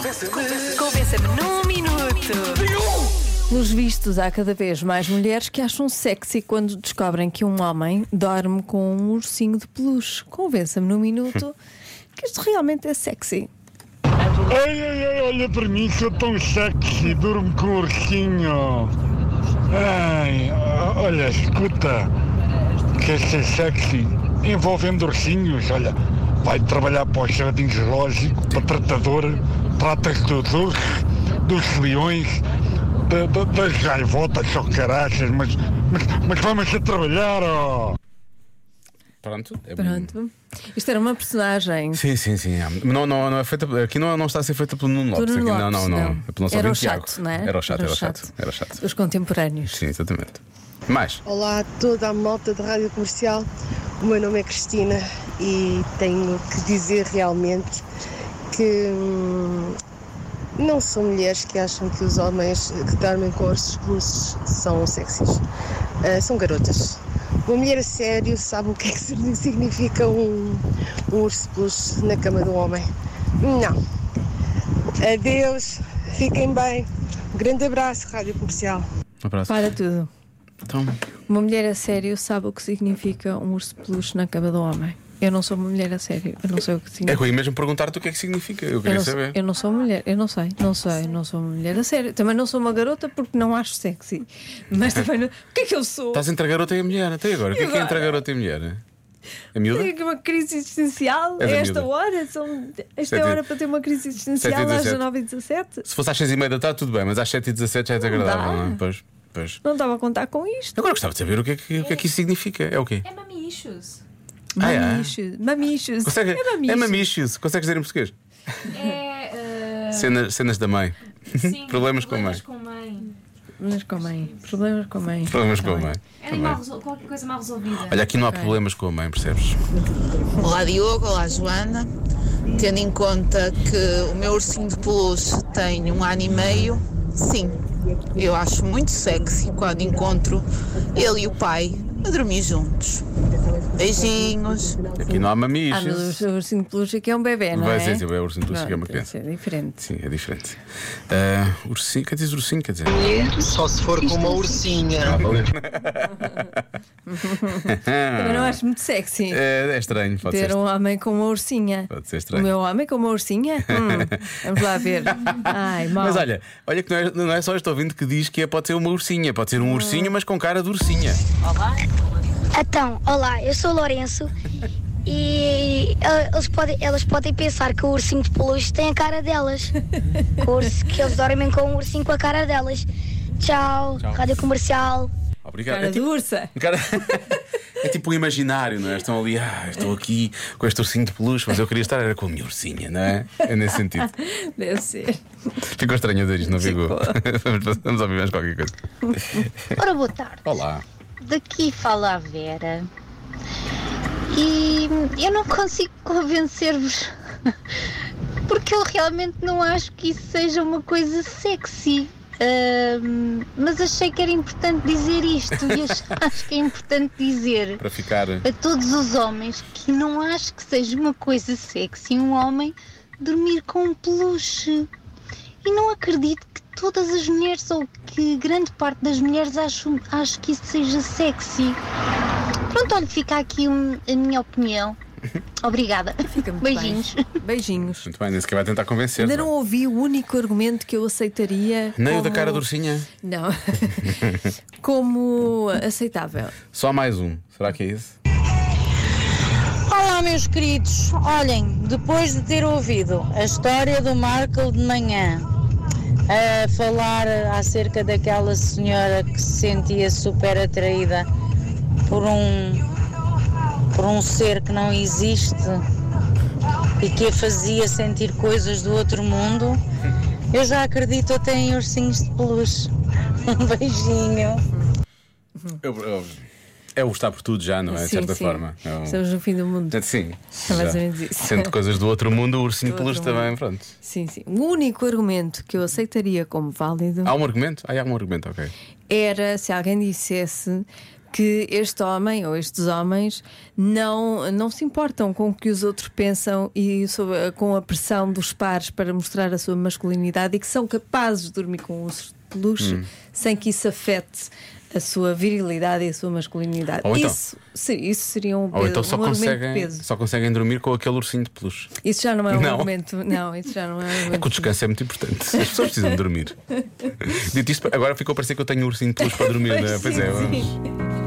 Convença-me num minuto. Pelos vistos, há cada vez mais mulheres que acham sexy quando descobrem que um homem dorme com um ursinho de peluche. Convença-me num minuto que isto realmente é sexy. Olha para mim, sou tão sexy, durmo com o ursinho. Olha, escuta, quer ser sexy envolvendo ursinhos? Olha, vai trabalhar para os jardins zoológicos, para tratador, tratas dos leões, das gaivotas ou caraças, mas vamos a trabalhar, ó. Pronto. Pronto. Isto era uma personagem. Sim. Não é feita. Aqui não está a ser feita pelo Nuno Lopes. Não. É pelo nosso Era o ouvinte Tiago. chato, não é? Era o chato. Os contemporâneos. Sim, exatamente. Mais. Olá a toda a malta da Rádio Comercial, o meu nome é Cristina e tenho que dizer realmente que não são mulheres que acham que os homens que dormem com ursos peluches são sexys. São garotas. Uma mulher a sério sabe o que é que significa um urso peluche na cama de um homem. Não. Adeus, fiquem bem. Um grande abraço, Rádio Comercial. Um abraço. Para tudo. Então, Uma mulher a sério sabe o que significa um urso peluche na cama do homem. Eu não sou uma mulher a sério. Eu não sei o que significa. é que eu ia mesmo perguntar-te o que é que significa. Eu queria saber. Eu não sou mulher, eu não sei, não sou uma mulher a sério. Também não sou uma garota porque não acho sexy. Mas também não. O que é que eu sou? Estás entre a garota e a mulher. Até agora. O que é entre a garota e a mulher? A miúda? Tenho aqui uma crise existencial a És a esta miúda. hora. Esta é a hora para ter uma crise existencial 7h17. às 9h17. Se fosse às 6h30 da tarde, tudo bem, mas às 7h17 já é desagradável, dá. não é? Pois. Não estava a contar com isto. Agora gostava de saber o que é que isso significa. É o quê? É mamichos. Mamichos. Consegue... É mamichos. É mamichos. Consegues dizer em português? É. Cenas da mãe. Sim, Problemas com a mãe. Problemas com a mãe. Problemas com a mãe. Problemas com a mãe. É qualquer coisa mal resolvida. Olha, aqui não há problemas com a mãe, percebes? Olá Diogo, olá Joana. Tendo em conta que o meu ursinho de peluche tem 1 ano e meio, sim, eu acho muito sexy quando encontro ele e o pai a dormir juntos. Beijinhos. Aqui não há mamichos. Mas o ursinho de peluche aqui é um bebê, não Vai é? ser, é o ursinho de peluche que é uma criança. É diferente. Sim, é diferente. Ursinho, quer dizer ursinho, quer dizer. Só se for com uma ursinha. Também não acho muito sexy. É estranho, pode Ter ser. um homem com uma ursinha. Pode ser O estranho. meu homem com uma ursinha? Vamos lá ver. Ai, mal. Mas olha que não é só este ouvinte que diz que pode ser uma ursinha, pode ser um ursinho, mas com cara de ursinha. Então, olá, eu sou o Lourenço e elas podem pensar que o ursinho de peluche tem a cara delas. Que eles dormem com um ursinho com a cara delas. Tchau. Rádio Comercial. Obrigado. Cara de ursa. É tipo um imaginário, não é? Estão ali, estou aqui com este ursinho de peluche, mas eu queria estar era com a minha ursinha, não é? É nesse sentido. Deve ser. Ficou estranho a dizer isto, não ficou? Vamos ouvir mais qualquer coisa. Ora, boa tarde. Olá. Daqui fala a Vera. E eu não consigo convencer-vos. Porque eu realmente não acho que isso seja uma coisa sexy. Mas achei que era importante dizer isto. E acho que é importante dizer Para ficar. a todos os homens que não acho que seja uma coisa sexy um homem dormir com um peluche. E não acredito que todas as mulheres, ou que grande parte das mulheres, acho que isso seja sexy. Pronto, olha, fica aqui a minha opinião. Obrigada. Fica muito Beijinhos. bem. Beijinhos. Muito bem, nem sequer vai tentar convencer. Ainda não ouvi o único argumento que eu aceitaria. Nem o como... da cara de ursinha. Não. Como aceitável. Só mais um. Será que é isso? Olá, meus queridos. Olhem, depois de ter ouvido a história do Marco de manhã a falar acerca daquela senhora que se sentia super atraída por um ser que não existe e que a fazia sentir coisas do outro mundo, eu já acredito até em ursinhos de peluche. Um beijinho. É o estar por tudo já, não é? De certa sim. forma. Estamos no fim do mundo. Sim. É mais ou menos isso. Sendo coisas do outro mundo, o ursinho de peluche também, pronto. Sim. O único argumento que eu aceitaria como válido Há um argumento? Há um argumento, ok. era se alguém dissesse que este homem ou estes homens não se importam com o que os outros pensam e com a pressão dos pares para mostrar a sua masculinidade, e que são capazes de dormir com ursos de peluche sem que isso afete a sua virilidade e a sua masculinidade. Ou então, isso seria um ou então argumento de peso. só conseguem dormir com aquele ursinho de peluche. Isso já não é um argumento. Não, isso já não é um argumento. É que o descanso é muito importante. As pessoas precisam de dormir. Dito isto, agora ficou a parecer que eu tenho um ursinho de peluche para dormir, não é? Pois é. Sim.